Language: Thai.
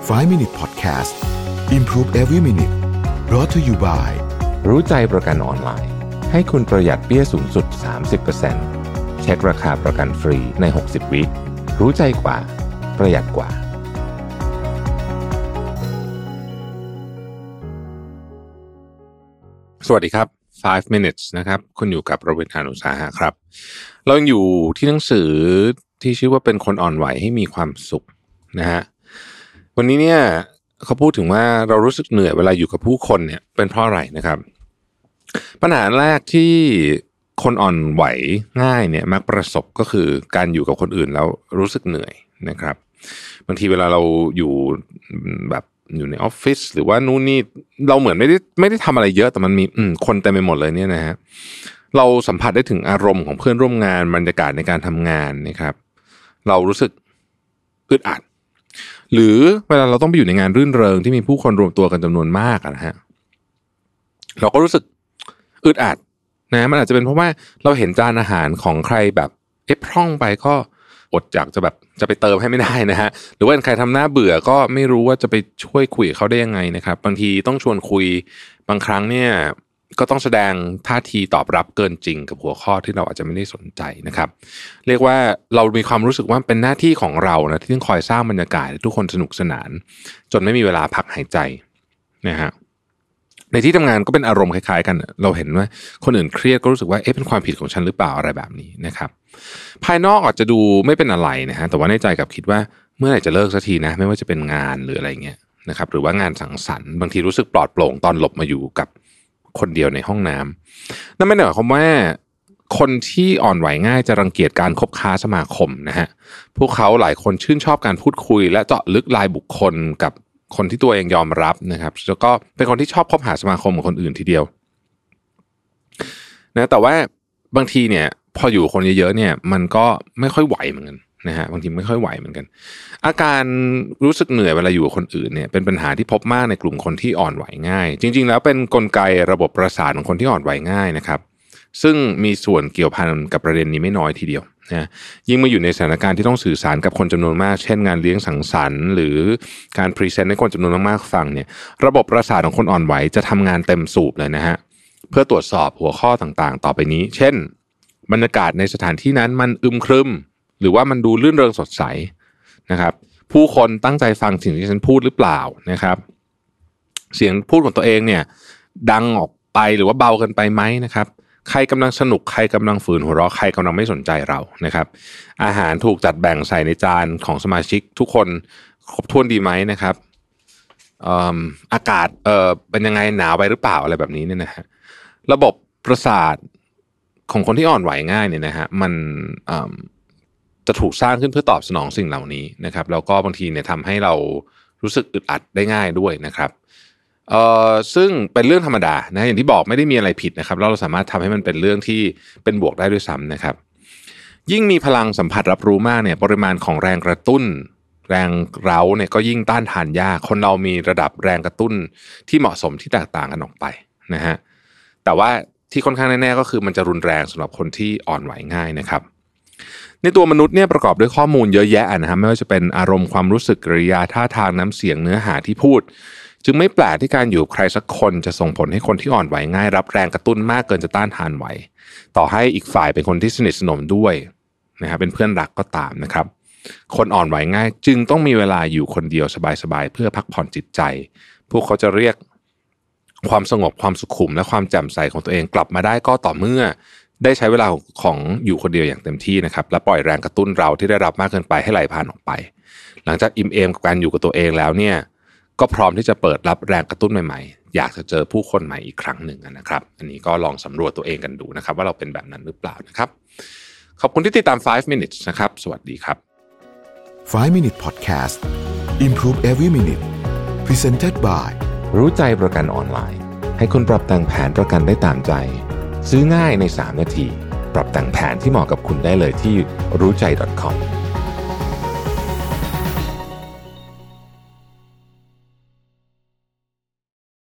5 Minute Podcast Improve Every Minute brought to you by รู้ใจประกันออนไลน์ให้คุณประหยัดเบี้ยสูงสุด 30% เช็คราคาประกันฟรีใน60วิรู้ใจกว่าประหยัดกว่าสวัสดีครับ5 minutes นะครับคุณอยู่กับประวิตร หาญอุตสาหะครับเรายังอยู่ที่หนังสือที่ชื่อว่าเป็นคนอ่อนไหวให้มีความสุขนะฮะวันนี้เนี่ยเขาพูดถึงว่าเรารู้สึกเหนื่อยเวลาอยู่กับผู้คนเนี่ยเป็นเพราะอะไรนะครับปัญหาแรกที่คนอ่อนไหวง่ายเนี่ยมักประสบก็คือการอยู่กับคนอื่นแล้วรู้สึกเหนื่อยนะครับบางทีเวลาเราอยู่แบบอยู่ในออฟฟิศหรือว่านู่นนี่เราเหมือนไม่ได้ทำอะไรเยอะแต่มันมีคนเต็มไปหมดเลยเนี่ยนะฮะเราสัมผัสได้ถึงอารมณ์ของเพื่อนร่วมงานบรรยากาศในการทำงานนะครับเรารู้สึกอึดอัดหรือเวลาเราต้องไปอยู่ในงานรื่นเริงที่มีผู้คนรวมตัวกันจำนวนมากนะฮะเราก็รู้สึกอึดอัดนะมันอาจจะเป็นเพราะว่าเราเห็นจานอาหารของใครแบบพร่องไปก็อดอยากจะไปเติมให้ไม่ได้นะฮะหรือว่าใครทำหน้าเบื่อก็ไม่รู้ว่าจะไปช่วยคุยกับเขาได้ยังไงนะครับบางทีต้องชวนคุยบางครั้งเนี่ยก็ต้องแสดงท่าทีตอบรับเกินจริงกับหัวข้อที่เราอาจจะไม่ได้สนใจนะครับเรียกว่าเรามีความรู้สึกว่าเป็นหน้าที่ของเรานะที่ต้องคอยสร้างบรรยากาศให้ทุกคนสนุกสนานจนไม่มีเวลาพักหายใจนะฮะในที่ทำงานก็เป็นอารมณ์คล้ายๆกันเราเห็นว่าคนอื่นเครียดก็รู้สึกว่าเป็นความผิดของฉันหรือเปล่าอะไรแบบนี้นะครับภายนอกอาจจะดูไม่เป็นอะไรนะฮะแต่ว่าในใจกับคิดว่าเมื่อไหร่จะเลิกสักทีนะไม่ว่าจะเป็นงานหรืออะไรเงี้ยนะครับหรือว่างานสังสรรค์บางทีรู้สึกปลอดโปร่งตอนหลบมาอยู่กับคนเดียวในห้องน้ำนั่นไม่ได้หมายความว่าคนที่อ่อนไหวง่ายจะรังเกียจการคบค้าสมาคมนะฮะพวกเขาหลายคนชื่นชอบการพูดคุยและเจาะลึกรายบุคคลกับคนที่ตัวเองยอมรับนะครับแล้วก็เป็นคนที่ชอบคบหาสมาคมกับคนอื่นทีเดียวนะแต่ว่าบางทีเนี่ยพออยู่คนเยอะๆเนี่ยมันก็ไม่ค่อยไหวเหมือนกันนะฮะบางทีไม่ค่อยไหวเหมือนกันอาการรู้สึกเหนื่อยเวลาอยู่กับคนอื่นเนี่ยเป็นปัญหาที่พบมากในกลุ่มคนที่อ่อนไหวง่ายจริงๆแล้วเป็นกลไกระบบประสาทของคนที่อ่อนไหวง่ายนะครับซึ่งมีส่วนเกี่ยวพันกับประเด็นนี้ไม่น้อยทีเดียวนะยิ่งมาอยู่ในสถานการณ์ที่ต้องสื่อสารกับคนจำนวนมากเช่นงานเลี้ยงสังสรรค์หรือการพรีเซนต์ให้คนจำนวนมากๆฟังเนี่ยระบบประสาทของคนอ่อนไหวจะทำงานเต็มสูบเลยนะฮะเพื่อตรวจสอบหัวข้อต่างๆต่อไปนี้เช่นบรรยากาศในสถานที่นั้นมันอึมครึมหรือว่ามันดูรื่นเริงสดใสนะครับผู้คนตั้งใจฟังสิ่งที่ฉันพูดหรือเปล่านะครับเสียงพูดของตัวเองเนี่ยดังออกไปหรือว่าเบาเกินไปไหมนะครับใครกำลังสนุกใครกำลังฝืนหัวเราะใครกำลังไม่สนใจเรานะครับอาหารถูกจัดแบ่งใส่ในจานของสมาชิกทุกคนครบถ้วนดีไหมนะครับอากาศเป็นยังไงหนาวไปหรือเปล่าอะไรแบบนี้เนี่ยนะฮะระบบประสาทของคนที่อ่อนไหวง่ายเนี่ยนะฮะมันจะถูกสร้างขึ้นเพื่อตอบสนองสิ่งเหล่านี้นะครับแล้วก็บางทีเนี่ยทำให้เรารู้สึกอึดอัดได้ง่ายด้วยนะครับซึ่งเป็นเรื่องธรรมดานะอย่างที่บอกไม่ได้มีอะไรผิดนะครับเราสามารถทำให้มันเป็นเรื่องที่เป็นบวกได้ด้วยซ้ำนะครับยิ่งมีพลังสัมผัสรับรู้มากเนี่ยปริมาณของแรงกระตุ้นแรงเร้าเนี่ยก็ยิ่งต้านทานยากคนเรามีระดับแรงกระตุ้นที่เหมาะสมที่แตกต่างกันออกไปนะฮะแต่ว่าที่ค่อนข้างแน่ๆก็คือมันจะรุนแรงสำหรับคนที่อ่อนไหวง่ายนะครับในตัวมนุษย์เนี่ยประกอบด้วยข้อมูลเยอะแยะนะครับไม่ว่าจะเป็นอารมณ์ความรู้สึกกริยาท่าทางน้ำเสียงเนื้อหาที่พูดจึงไม่แปลกที่การอยู่ใครสักคนจะส่งผลให้คนที่อ่อนไหวง่ายรับแรงกระตุ้นมากเกินจะต้านทานไหวต่อให้อีกฝ่ายเป็นคนที่สนิทสนมด้วยนะครับเป็นเพื่อนรักก็ตามนะครับคนอ่อนไหวง่ายจึงต้องมีเวลาอยู่คนเดียวสบายๆเพื่อพักผ่อนจิตใจพวกเขาจะเรียกความสงบความสุขุมและความแจ่มใสของตัวเองกลับมาได้ก็ต่อเมื่อได้ใช้เวลาของอยู่คนเดียวอย่างเต็มที่นะครับและปล่อยแรงกระตุ้นเราที่ได้รับมากเกินไปให้ไหลผ่านออกไปหลังจากอิ่มเอมกับการอยู่กับตัวเองแล้วเนี่ยก็พร้อมที่จะเปิดรับแรงกระตุ้นใหม่ๆอยากจะเจอผู้คนใหม่อีกครั้งหนึ่งนะครับอันนี้ก็ลองสำรวจตัวเองกันดูนะครับว่าเราเป็นแบบนั้นหรือเปล่านะครับขอบคุณที่ติดตาม5 minutes นะครับสวัสดีครับ 5 Minute Podcast Improve Every Minute Presented by รู้ใจประกันออนไลน์ให้คุณปรับแต่งแผนประกันได้ตามใจซื้อง่ายใน3 นาทีปรับแต่งแผนที่เหมาะกับคุณได้เลยที่รู้ใจ .com